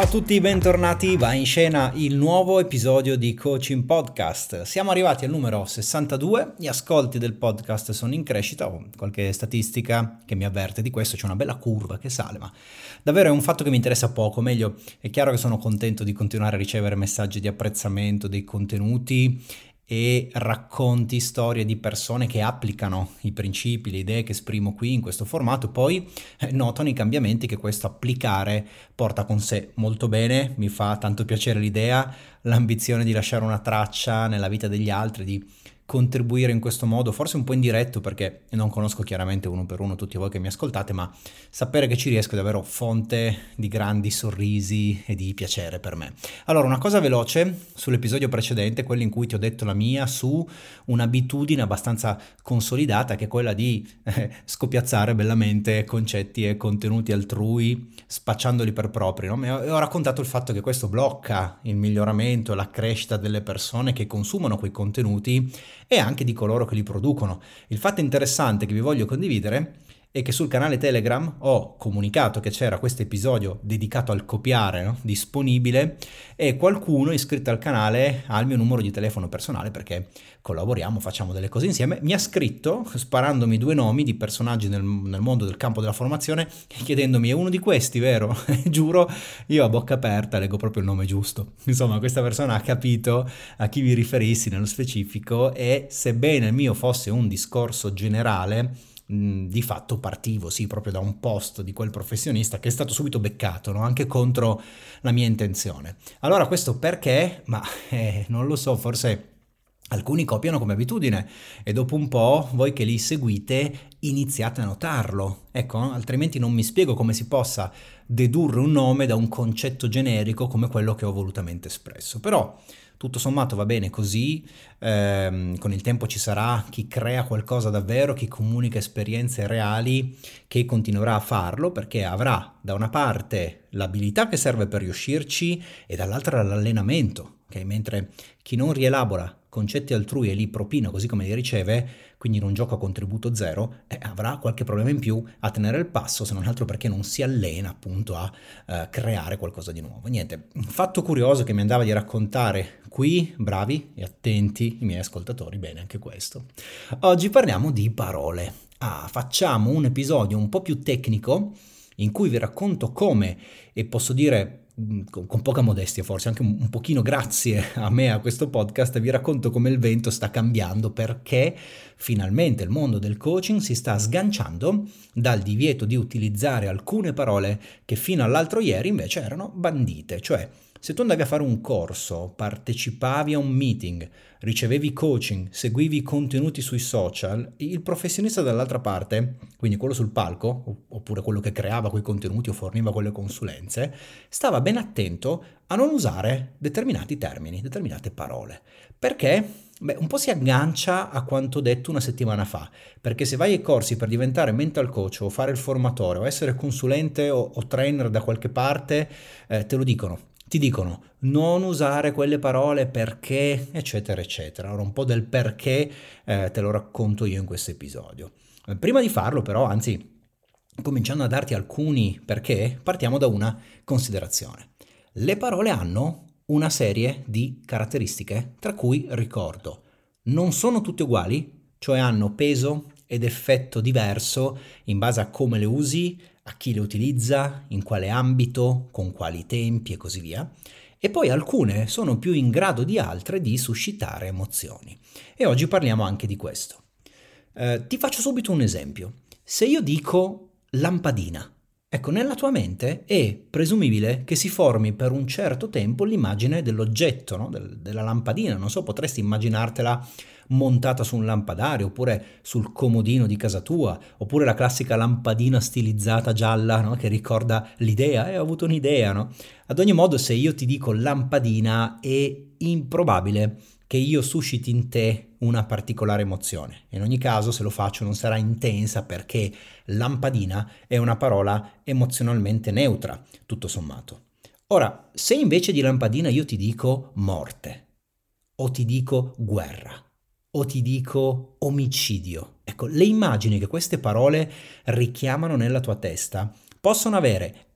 a tutti, bentornati, va in scena il nuovo episodio di Coaching Podcast. Siamo arrivati al numero 62, gli ascolti del podcast sono in crescita, ho qualche statistica che mi avverte di questo, c'è una bella curva che sale, ma davvero è un fatto che mi interessa poco, meglio, è chiaro che sono contento di continuare a ricevere messaggi di apprezzamento dei contenuti e racconti, storie di persone che applicano i principi, le idee che esprimo qui in questo formato, poi notano i cambiamenti che questo applicare porta con sé. Molto bene, mi fa tanto piacere l'idea, l'ambizione di lasciare una traccia nella vita degli altri, di contribuire in questo modo, forse un po' indiretto perché non conosco chiaramente uno per uno tutti voi che mi ascoltate, ma sapere che ci riesco è davvero fonte di grandi sorrisi e di piacere per me. Allora, una cosa veloce sull'episodio precedente, quello in cui ti ho detto la mia su un'abitudine abbastanza consolidata che è quella di scopiazzare bellamente concetti e contenuti altrui spacciandoli per propri, no? E ho raccontato il fatto che questo blocca il miglioramento e la crescita delle persone che consumano quei contenuti e anche di coloro che li producono. Il fatto interessante che vi voglio condividere è che sul canale Telegram ho comunicato che c'era questo episodio dedicato al copiare, no? Disponibile, e qualcuno iscritto al canale ha il mio numero di telefono personale perché collaboriamo, facciamo delle cose insieme, mi ha scritto sparandomi due nomi di personaggi nel mondo del campo della formazione chiedendomi: è uno di questi, vero? Giuro, io a bocca aperta leggo proprio il nome giusto. Insomma, questa persona ha capito a chi vi riferissi nello specifico e sebbene il mio fosse un discorso generale, di fatto partivo sì proprio da un post di quel professionista che è stato subito beccato, no? Anche contro la mia intenzione. Allora questo perché? Ma non lo so, forse alcuni copiano come abitudine e dopo un po' voi che li seguite iniziate a notarlo. Ecco, no? Altrimenti non mi spiego come si possa dedurre un nome da un concetto generico come quello che ho volutamente espresso. Però tutto sommato va bene così, con il tempo ci sarà chi crea qualcosa davvero, chi comunica esperienze reali, che continuerà a farlo perché avrà da una parte l'abilità che serve per riuscirci e dall'altra l'allenamento, okay? Mentre chi non rielabora concetti altrui e li propina così come li riceve, quindi in un gioco a contributo zero, avrà qualche problema in più a tenere il passo, se non altro perché non si allena appunto a creare qualcosa di nuovo. Niente, un fatto curioso che mi andava di raccontare qui, bravi e attenti i miei ascoltatori, bene anche questo. Oggi parliamo di parole. Facciamo un episodio un po' più tecnico in cui vi racconto come, e posso dire con poca modestia forse, anche un pochino grazie a me, a questo podcast, vi racconto come il vento sta cambiando perché finalmente il mondo del coaching si sta sganciando dal divieto di utilizzare alcune parole che fino all'altro ieri invece erano bandite, cioè se tu andavi a fare un corso, partecipavi a un meeting, ricevevi coaching, seguivi contenuti sui social, il professionista dall'altra parte, quindi quello sul palco, oppure quello che creava quei contenuti o forniva quelle consulenze, stava ben attento a non usare determinati termini, determinate parole. Perché? Beh, un po' si aggancia a quanto detto una settimana fa, perché se vai ai corsi per diventare mental coach o fare il formatore o essere consulente o trainer da qualche parte, te lo dicono. Ti dicono non usare quelle parole perché, eccetera, eccetera. Ora un po' del perché te lo racconto io in questo episodio. Prima di farlo però, anzi, cominciando a darti alcuni perché, partiamo da una considerazione. Le parole hanno una serie di caratteristiche, tra cui ricordo. Non sono tutte uguali, cioè hanno peso ed effetto diverso in base a come le usi, a chi le utilizza, in quale ambito, con quali tempi e così via. E poi alcune sono più in grado di altre di suscitare emozioni. E oggi parliamo anche di questo. Ti faccio subito un esempio. Se io dico lampadina, ecco, nella tua mente è presumibile che si formi per un certo tempo l'immagine dell'oggetto, no? Della lampadina. Non so, potresti immaginartela montata su un lampadario, oppure sul comodino di casa tua, oppure la classica lampadina stilizzata gialla, no? Che ricorda l'idea, ho avuto un'idea, no? Ad ogni modo, se io ti dico lampadina, è improbabile che io susciti in te una particolare emozione. In ogni caso, se lo faccio non sarà intensa perché lampadina è una parola emozionalmente neutra, tutto sommato. Ora, se invece di lampadina io ti dico morte, o ti dico guerra, o ti dico omicidio, ecco, le immagini che queste parole richiamano nella tua testa possono avere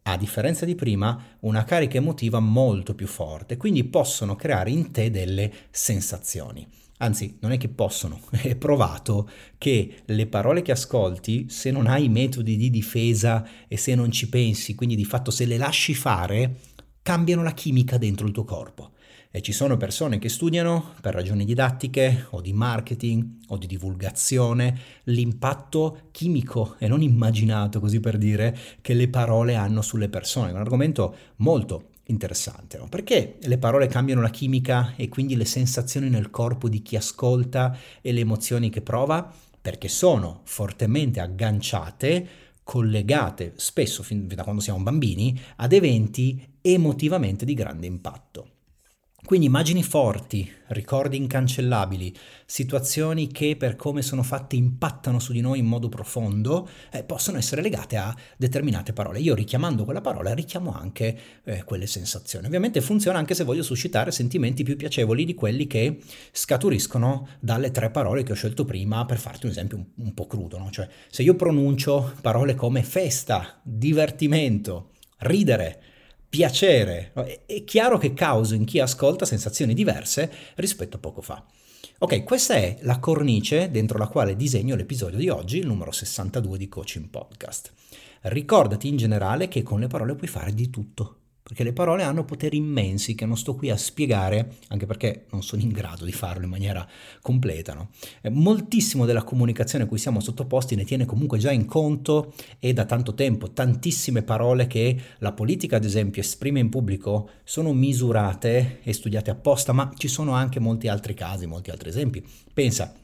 a differenza di prima, una carica emotiva molto più forte, quindi possono creare in te delle sensazioni. Anzi, non è che possono, è provato che le parole che ascolti, se non hai metodi di difesa e se non ci pensi, quindi di fatto se le lasci fare, cambiano la chimica dentro il tuo corpo. E ci sono persone che studiano per ragioni didattiche o di marketing o di divulgazione l'impatto chimico e non immaginato, così per dire, che le parole hanno sulle persone. È un argomento molto interessante, no? Perché le parole cambiano la chimica e quindi le sensazioni nel corpo di chi ascolta e le emozioni che prova? Perché sono fortemente agganciate, collegate spesso fin da quando siamo bambini ad eventi emotivamente di grande impatto. Quindi immagini forti, ricordi incancellabili, situazioni che per come sono fatte impattano su di noi in modo profondo, possono essere legate a determinate parole. Io richiamando quella parola richiamo anche quelle sensazioni. Ovviamente funziona anche se voglio suscitare sentimenti più piacevoli di quelli che scaturiscono dalle 3 parole che ho scelto prima, per farti un esempio un po' crudo, no? Cioè, se io pronuncio parole come festa, divertimento, ridere, piacere, è chiaro che causa in chi ascolta sensazioni diverse rispetto a poco fa. Ok, questa è la cornice dentro la quale disegno l'episodio di oggi, il numero 62 di Coaching Podcast. Ricordati in generale che con le parole puoi fare di tutto, perché le parole hanno poteri immensi che non sto qui a spiegare, anche perché non sono in grado di farlo in maniera completa, no? Moltissimo della comunicazione a cui siamo sottoposti ne tiene comunque già in conto e da tanto tempo. Tantissime parole che la politica, ad esempio, esprime in pubblico sono misurate e studiate apposta, ma ci sono anche molti altri casi, molti altri esempi. Pensa,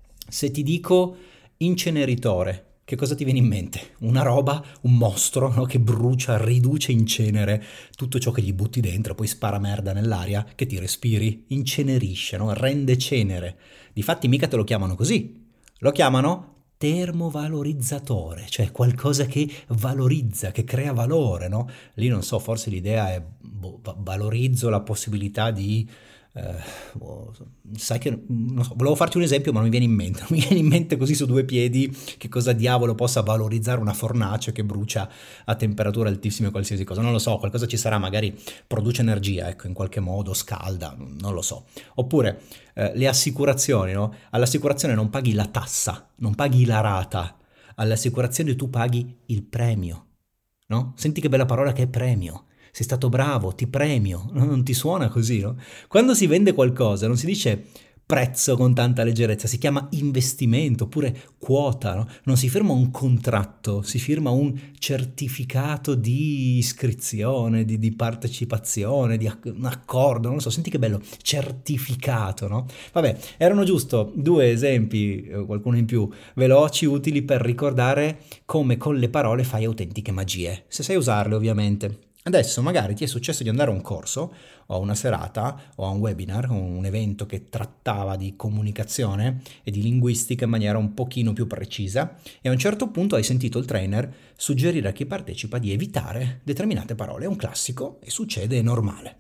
se ti dico inceneritore, che cosa ti viene in mente? Una roba, un mostro, no? Che brucia, riduce in cenere tutto ciò che gli butti dentro, poi spara merda nell'aria, che ti respiri, incenerisce, no? Rende cenere. Difatti mica te lo chiamano così, lo chiamano termovalorizzatore, cioè qualcosa che valorizza, che crea valore, no? Lì non so, forse l'idea è valorizzo la possibilità di sai che non so, volevo farti un esempio ma non mi viene in mente, non mi viene in mente così su due piedi che cosa diavolo possa valorizzare una fornace che brucia a temperature altissime qualsiasi cosa, non lo so, qualcosa ci sarà, magari produce energia, ecco, in qualche modo scalda, non lo so. Oppure le assicurazioni, no? All'assicurazione non paghi la tassa, non paghi la rata, all'assicurazione tu paghi il premio, no? Senti che bella parola che è premio. Sei stato bravo, ti premio, non ti suona così, no? Quando si vende qualcosa non si dice prezzo con tanta leggerezza, si chiama investimento oppure quota, no? Non si firma un contratto, si firma un certificato di iscrizione, di partecipazione, di un accordo, non lo so, senti che bello, certificato, no? Vabbè, erano giusto 2 esempi, qualcuno in più, veloci, utili per ricordare come con le parole fai autentiche magie, se sai usarle ovviamente. Adesso magari ti è successo di andare a un corso o a una serata o a un webinar, un evento che trattava di comunicazione e di linguistica in maniera un pochino più precisa e a un certo punto hai sentito il trainer suggerire a chi partecipa di evitare determinate parole. È un classico e succede, è normale.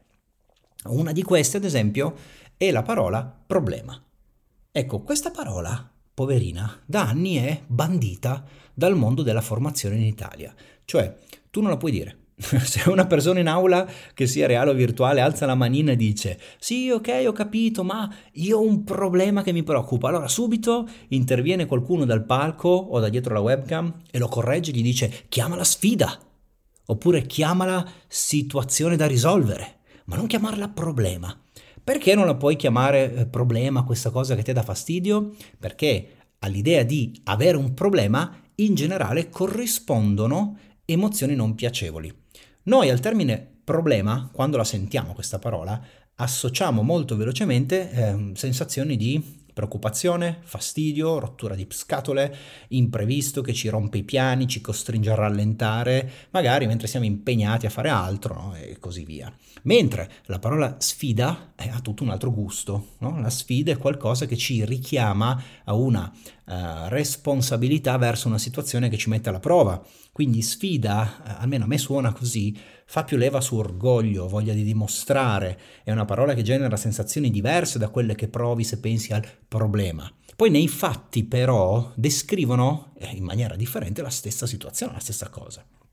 Una di queste, ad esempio, è la parola problema. Ecco, questa parola, poverina, da anni è bandita dal mondo della formazione in Italia. Cioè, tu non la puoi dire. Se una persona in aula, che sia reale o virtuale, alza la manina e dice sì, ok, ho capito, ma io ho un problema che mi preoccupa, allora subito interviene qualcuno dal palco o da dietro la webcam e lo corregge e gli dice chiamala sfida oppure chiamala situazione da risolvere, ma non chiamarla problema. Perché non la puoi chiamare problema, questa cosa che ti dà fastidio? Perché all'idea di avere un problema in generale corrispondono emozioni non piacevoli. Noi al termine problema, quando la sentiamo questa parola, associamo molto velocemente sensazioni di preoccupazione, fastidio, rottura di scatole, imprevisto che ci rompe i piani, ci costringe a rallentare, magari mentre siamo impegnati a fare altro, no? E così via. Mentre la parola sfida ha tutto un altro gusto, no? La sfida è qualcosa che ci richiama a una responsabilità verso una situazione che ci mette alla prova. Quindi sfida, almeno a me suona così, fa più leva su orgoglio, voglia di dimostrare, è una parola che genera sensazioni diverse da quelle che provi se pensi al problema. Poi nei fatti però descrivono in maniera differente la stessa situazione, la stessa cosa.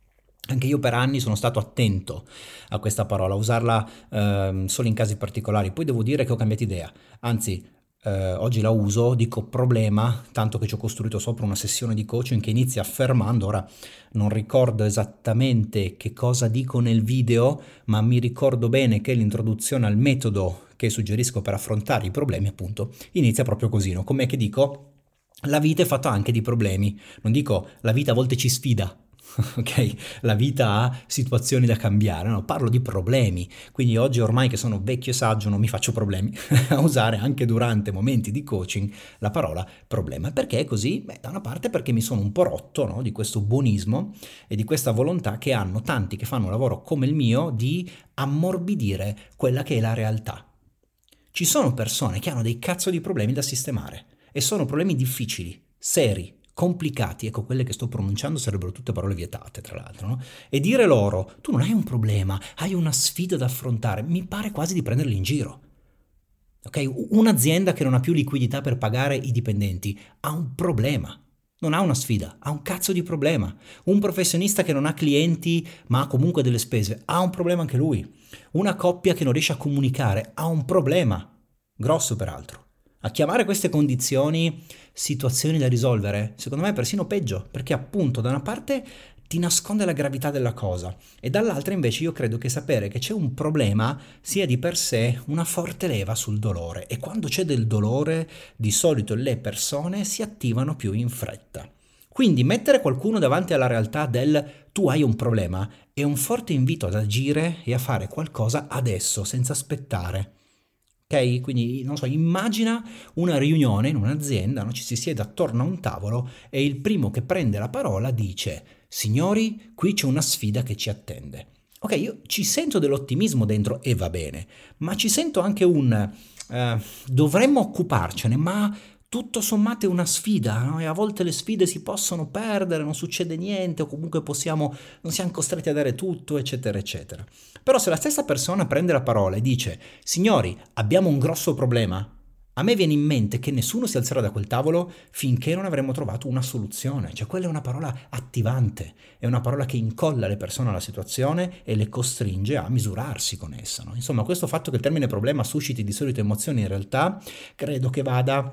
Anche io per anni sono stato attento a questa parola, a usarla solo in casi particolari. Poi devo dire che ho cambiato idea. Anzi, oggi la uso, dico problema, tanto che ci ho costruito sopra una sessione di coaching che inizia affermando, ora non ricordo esattamente che cosa dico nel video, ma mi ricordo bene che l'introduzione al metodo che suggerisco per affrontare i problemi, appunto, inizia proprio così, no? Com'è che dico? La vita è fatta anche di problemi. Non dico la vita a volte ci sfida, ok? La vita ha situazioni da cambiare, no? Parlo di problemi. Quindi oggi ormai che sono vecchio e saggio non mi faccio problemi a usare anche durante momenti di coaching la parola problema. Perché è così? Beh, da una parte perché mi sono un po' rotto, no? Di questo buonismo e di questa volontà che hanno tanti che fanno un lavoro come il mio di ammorbidire quella che è la realtà. Ci sono persone che hanno dei cazzo di problemi da sistemare e sono problemi difficili, seri, complicati, ecco quelle che sto pronunciando sarebbero tutte parole vietate tra l'altro, no? E dire loro, tu non hai un problema, hai una sfida da affrontare, mi pare quasi di prenderli in giro. Ok? Un'azienda che non ha più liquidità per pagare i dipendenti ha un problema. Non ha una sfida, ha un cazzo di problema. Un professionista che non ha clienti ma ha comunque delle spese, ha un problema anche lui. Una coppia che non riesce a comunicare, ha un problema, grosso peraltro. A chiamare queste condizioni situazioni da risolvere, secondo me è persino peggio, perché appunto da una parte ti nasconde la gravità della cosa e dall'altra invece io credo che sapere che c'è un problema sia di per sé una forte leva sul dolore e quando c'è del dolore di solito le persone si attivano più in fretta. Quindi mettere qualcuno davanti alla realtà del tu hai un problema è un forte invito ad agire e a fare qualcosa adesso, senza aspettare. Ok? Quindi, non so, immagina una riunione in un'azienda, no? Ci si siede attorno a un tavolo e il primo che prende la parola dice: signori, qui c'è una sfida che ci attende. Ok, io ci sento dell'ottimismo dentro e va bene, ma ci sento anche dovremmo occuparcene, ma tutto sommato è una sfida, no? E a volte le sfide si possono perdere, non succede niente, o comunque non siamo costretti a dare tutto, eccetera, eccetera. Però se la stessa persona prende la parola e dice: signori, abbiamo un grosso problema, a me viene in mente che nessuno si alzerà da quel tavolo finché non avremo trovato una soluzione. Cioè quella è una parola attivante, è una parola che incolla le persone alla situazione e le costringe a misurarsi con essa, no? Insomma, questo fatto che il termine problema susciti di solito emozioni in realtà credo che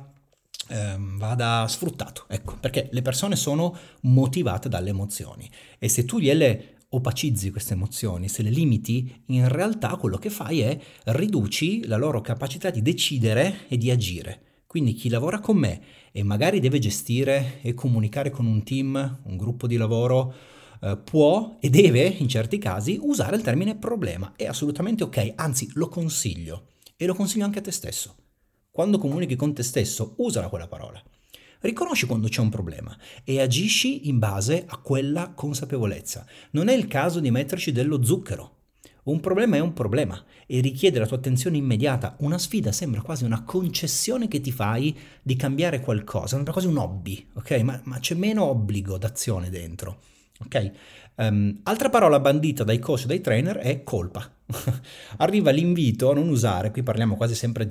vada sfruttato, ecco, perché le persone sono motivate dalle emozioni e se tu gliele opacizzi queste emozioni, se le limiti, in realtà quello che fai è riduci la loro capacità di decidere e di agire. Quindi chi lavora con me e magari deve gestire e comunicare con un team, un gruppo di lavoro, può e deve in certi casi usare il termine problema. È assolutamente ok, anzi lo consiglio e lo consiglio anche a te stesso. Quando comunichi con te stesso, usa quella parola. Riconosci quando c'è un problema e agisci in base a quella consapevolezza. Non è il caso di metterci dello zucchero. Un problema è un problema e richiede la tua attenzione immediata. Una sfida sembra quasi una concessione che ti fai di cambiare qualcosa, sembra quasi un hobby, ok? Ma c'è meno obbligo d'azione dentro, ok? Altra parola bandita dai coach e dai trainer è colpa. Arriva l'invito a non usare, qui parliamo quasi sempre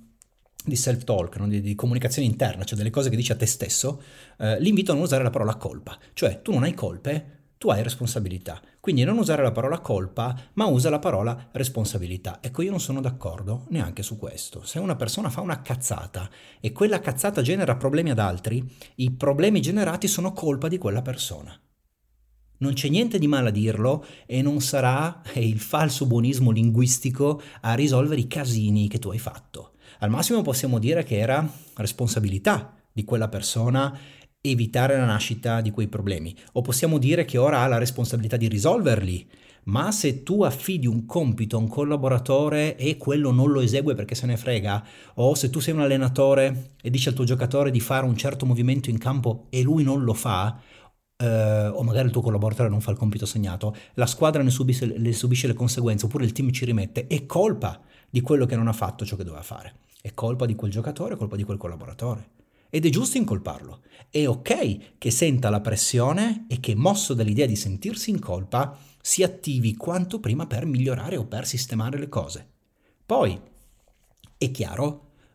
di self-talk, no? di comunicazione interna, cioè delle cose che dici a te stesso, l'invito a non usare la parola colpa, cioè tu non hai colpe, tu hai responsabilità, quindi non usare la parola colpa, ma usa la parola responsabilità. Ecco, io non sono d'accordo neanche su questo. Se una persona fa una cazzata e quella cazzata genera problemi ad altri, i problemi generati sono colpa di quella persona. Non c'è niente di male a dirlo e non sarà il falso buonismo linguistico a risolvere i casini che tu hai fatto. Al massimo possiamo dire che era responsabilità di quella persona evitare la nascita di quei problemi, o possiamo dire che ora ha la responsabilità di risolverli. Ma se tu affidi un compito a un collaboratore e quello non lo esegue perché se ne frega, o se tu sei un allenatore e dici al tuo giocatore di fare un certo movimento in campo e lui non lo fa, o magari il tuo collaboratore non fa il compito assegnato, la squadra ne subisce le conseguenze, oppure il team ci rimette, è colpa di quello che non ha fatto ciò che doveva fare. È colpa di quel giocatore, è colpa di quel collaboratore. Ed è giusto incolparlo. È ok che senta la pressione e che, mosso dall'idea di sentirsi in colpa, si attivi quanto prima per migliorare o per sistemare le cose. Poi, è chiaro,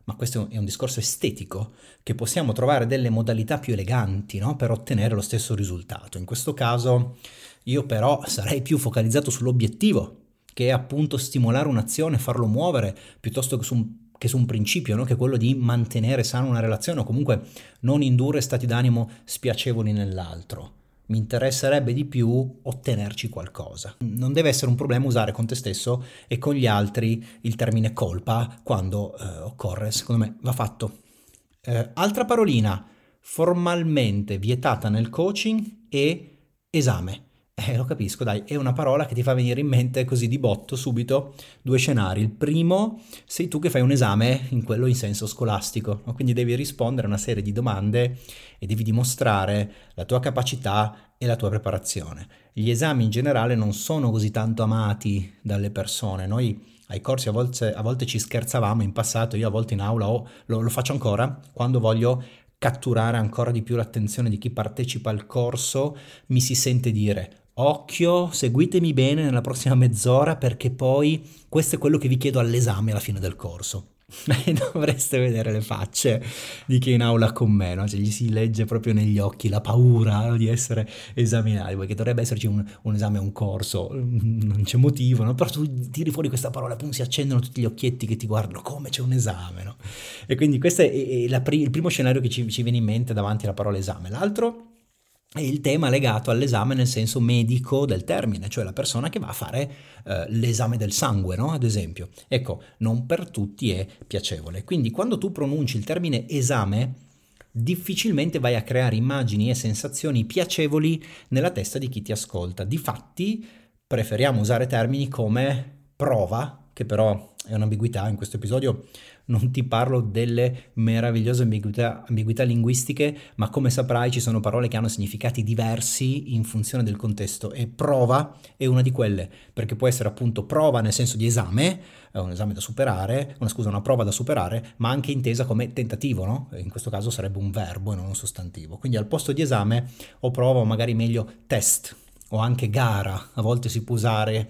ma questo è un discorso estetico, che possiamo trovare delle modalità più eleganti, no? Per ottenere lo stesso risultato. In questo caso io però sarei più focalizzato sull'obiettivo, che è appunto stimolare un'azione, farlo muovere, piuttosto che su un principio, no? Che è quello di mantenere sana una relazione o comunque non indurre stati d'animo spiacevoli nell'altro. Mi interesserebbe di più ottenerci qualcosa. Non deve essere un problema usare con te stesso e con gli altri il termine colpa quando occorre, secondo me va fatto. Altra parolina formalmente vietata nel coaching è esame. Lo capisco, dai, è una parola che ti fa venire in mente così di botto subito due scenari. Il primo, sei tu che fai un esame in quello in senso scolastico, no? Quindi devi rispondere a una serie di domande e devi dimostrare la tua capacità e la tua preparazione. Gli esami in generale non sono così tanto amati dalle persone. Noi ai corsi a volte ci scherzavamo in passato, io a volte in aula lo faccio ancora, quando voglio catturare ancora di più l'attenzione di chi partecipa al corso, mi si sente dire: occhio, seguitemi bene nella prossima mezz'ora perché poi questo è quello che vi chiedo all'esame alla fine del corso. E dovreste vedere le facce di chi è in aula con me, no? Cioè, gli si legge proprio negli occhi la paura, no, di essere esaminati, perché dovrebbe esserci un esame, un corso, non c'è motivo, no? Però tu tiri fuori questa parola, pum, si accendono tutti gli occhietti che ti guardano come c'è un esame, no? E quindi questo è il primo scenario che ci viene in mente davanti alla parola esame. L'altro è il tema legato all'esame nel senso medico del termine, cioè la persona che va a fare l'esame del sangue, no? Ad esempio. Ecco, non per tutti è piacevole. Quindi quando tu pronunci il termine esame, difficilmente vai a creare immagini e sensazioni piacevoli nella testa di chi ti ascolta. Difatti, preferiamo usare termini come prova, che però è un'ambiguità. In questo episodio non ti parlo delle meravigliose ambiguità linguistiche, ma come saprai ci sono parole che hanno significati diversi in funzione del contesto e prova è una di quelle, perché può essere appunto prova nel senso di esame, un esame da superare, una prova da superare, ma anche intesa come tentativo, no? In questo caso sarebbe un verbo e non un sostantivo. Quindi al posto di esame o prova o magari meglio test o anche gara, a volte si può usare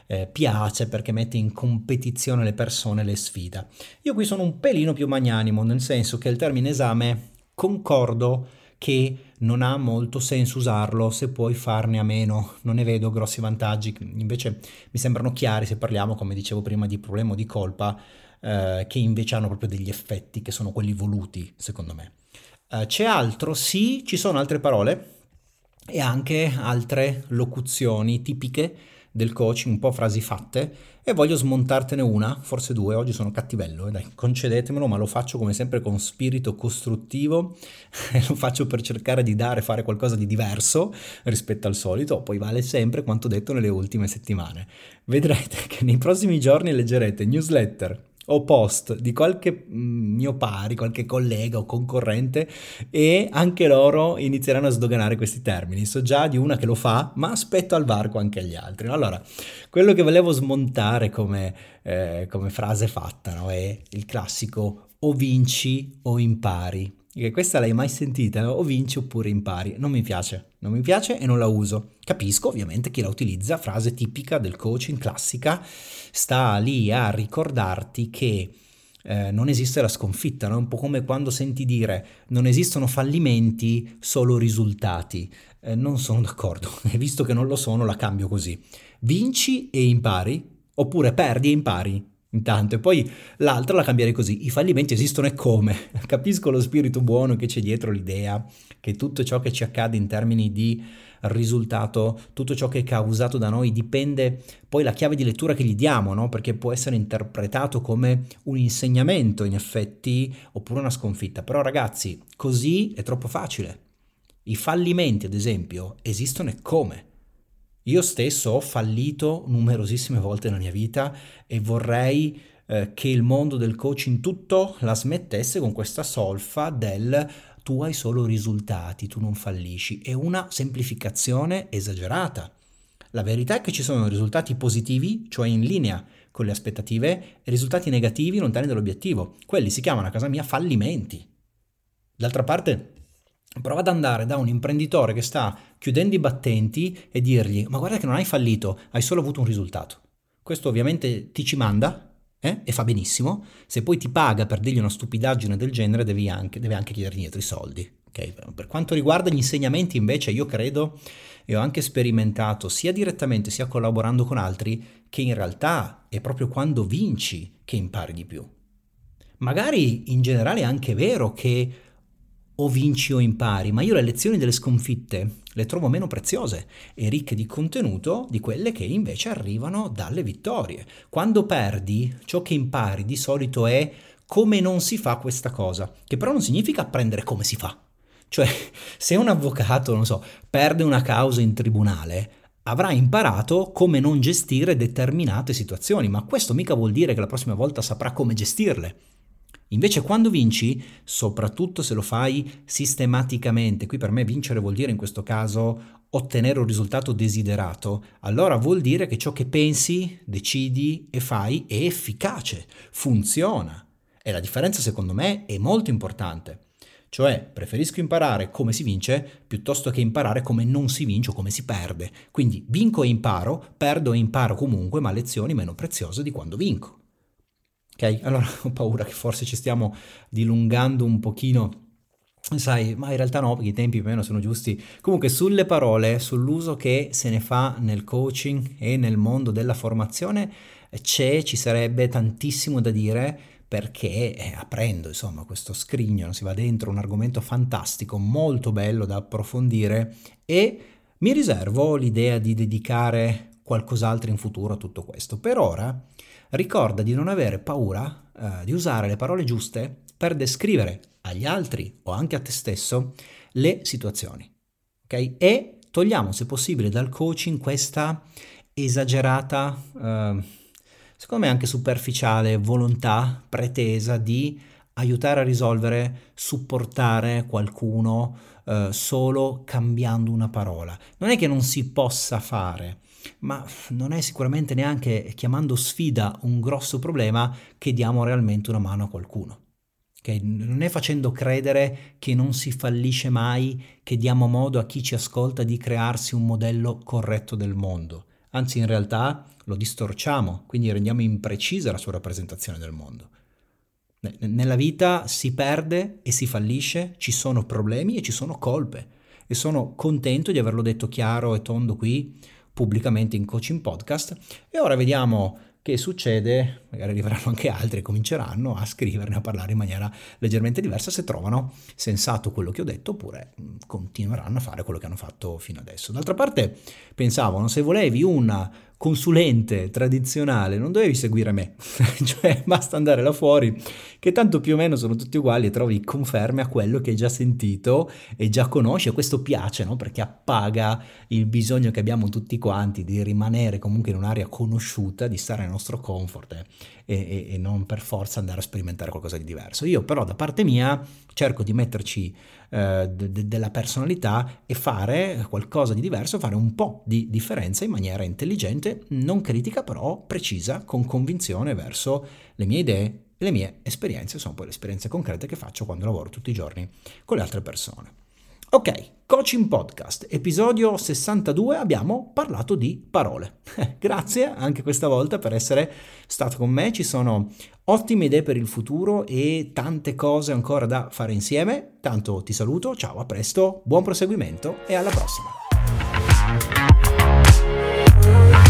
piace perché mette in competizione le persone, le sfida. Io qui sono un pelino più magnanimo, nel senso che il termine esame concordo che non ha molto senso usarlo se puoi farne a meno, non ne vedo grossi vantaggi, invece mi sembrano chiari se parliamo, come dicevo prima, di problema o di colpa, che invece hanno proprio degli effetti che sono quelli voluti, secondo me. C'è altro? Sì, ci sono altre parole e anche altre locuzioni tipiche del coaching, un po' frasi fatte, e voglio smontartene una, forse due. Oggi sono cattivello, dai, concedetemelo, ma lo faccio come sempre con spirito costruttivo e lo faccio per cercare di fare qualcosa di diverso rispetto al solito. Poi vale sempre quanto detto nelle ultime settimane. Vedrete che nei prossimi giorni leggerete newsletter o post di qualche mio pari, qualche collega o concorrente, e anche loro inizieranno a sdoganare questi termini. So già di una che lo fa, ma aspetto al varco anche agli altri. Allora, quello che volevo smontare come frase fatta, no? È il classico o vinci o impari. E questa l'hai mai sentita, no? O vinci oppure impari. Non mi piace e non la uso. Capisco ovviamente chi la utilizza, frase tipica del coaching, classica, sta lì a ricordarti che non esiste la sconfitta, no? È un po' come quando senti dire non esistono fallimenti, solo risultati. Non sono d'accordo, e visto che non lo sono la cambio così. Vinci e impari, oppure perdi e impari. Intanto, e poi l'altra la cambierei così: i fallimenti esistono e come? Capisco lo spirito buono che c'è dietro l'idea che tutto ciò che ci accade in termini di risultato, tutto ciò che è causato da noi dipende poi la chiave di lettura che gli diamo, no? Perché può essere interpretato come un insegnamento in effetti oppure una sconfitta. Però ragazzi, così è troppo facile. I fallimenti, ad esempio, esistono e come? Io stesso ho fallito numerosissime volte nella mia vita e vorrei che il mondo del coaching tutto la smettesse con questa solfa del tu hai solo risultati, tu non fallisci. È una semplificazione esagerata. La verità è che ci sono risultati positivi, cioè in linea con le aspettative, e risultati negativi lontani dall'obiettivo. Quelli si chiamano a casa mia fallimenti. D'altra parte, prova ad andare da un imprenditore che sta chiudendo i battenti e dirgli: ma guarda che non hai fallito, hai solo avuto un risultato. Questo ovviamente ti ci manda, e fa benissimo. Se poi ti paga per dirgli una stupidaggine del genere, deve anche chiedergli indietro i soldi. Okay? Per quanto riguarda gli insegnamenti, invece, io credo, e ho anche sperimentato sia direttamente sia collaborando con altri, che in realtà è proprio quando vinci che impari di più. Magari in generale è anche vero che o vinci o impari, ma io le lezioni delle sconfitte le trovo meno preziose e ricche di contenuto di quelle che invece arrivano dalle vittorie. Quando perdi, ciò che impari di solito è come non si fa questa cosa, che però non significa apprendere come si fa. Cioè, se un avvocato, non so, perde una causa in tribunale, avrà imparato come non gestire determinate situazioni, ma questo mica vuol dire che la prossima volta saprà come gestirle. Invece quando vinci, soprattutto se lo fai sistematicamente, qui per me vincere vuol dire in questo caso ottenere un risultato desiderato, allora vuol dire che ciò che pensi, decidi e fai è efficace, funziona. E la differenza secondo me è molto importante. Cioè, preferisco imparare come si vince piuttosto che imparare come non si vince o come si perde. Quindi vinco e imparo, perdo e imparo comunque, ma lezioni meno preziose di quando vinco. Ok? Allora ho paura che forse ci stiamo dilungando un pochino, sai, ma in realtà no, perché i tempi più o meno sono giusti. Comunque sulle parole, sull'uso che se ne fa nel coaching e nel mondo della formazione, ci sarebbe tantissimo da dire, perché aprendo insomma questo scrigno si va dentro un argomento fantastico, molto bello da approfondire, e mi riservo l'idea di dedicare qualcos'altro in futuro a tutto questo. Per ora ricorda di non avere paura di usare le parole giuste per descrivere agli altri o anche a te stesso le situazioni, ok? E togliamo se possibile dal coaching questa esagerata, secondo me anche superficiale, volontà pretesa di aiutare a risolvere, supportare qualcuno solo cambiando una parola. Non è che non si possa fare, ma non è sicuramente neanche chiamando sfida un grosso problema che diamo realmente una mano a qualcuno. Okay? Non è facendo credere che non si fallisce mai che diamo modo a chi ci ascolta di crearsi un modello corretto del mondo. Anzi, in realtà lo distorciamo, quindi rendiamo imprecisa la sua rappresentazione del mondo. Nella vita si perde e si fallisce, ci sono problemi e ci sono colpe. E sono contento di averlo detto chiaro e tondo qui pubblicamente in Coaching Podcast. E ora vediamo che succede, magari arriveranno anche altri e cominceranno a scriverne, a parlare in maniera leggermente diversa, se trovano sensato quello che ho detto, oppure continueranno a fare quello che hanno fatto fino adesso. D'altra parte pensavo, no, se volevi un consulente tradizionale non dovevi seguire me, cioè basta andare là fuori, che tanto più o meno sono tutti uguali e trovi conferme a quello che hai già sentito e già conosci, e questo piace, no? Perché appaga il bisogno che abbiamo tutti quanti di rimanere comunque in un'area conosciuta, di stare nel nostro comfort e non per forza andare a sperimentare qualcosa di diverso. Io però da parte mia cerco di metterci della personalità e fare qualcosa di diverso, fare un po' di differenza in maniera intelligente, non critica però precisa, con convinzione verso le mie idee e le mie esperienze. Sono poi le esperienze concrete che faccio quando lavoro tutti i giorni con le altre persone. Ok, Coaching Podcast, episodio 62, abbiamo parlato di parole. Grazie anche questa volta per essere stato con me, ci sono ottime idee per il futuro e tante cose ancora da fare insieme. Tanto ti saluto, ciao, a presto, buon proseguimento e alla prossima.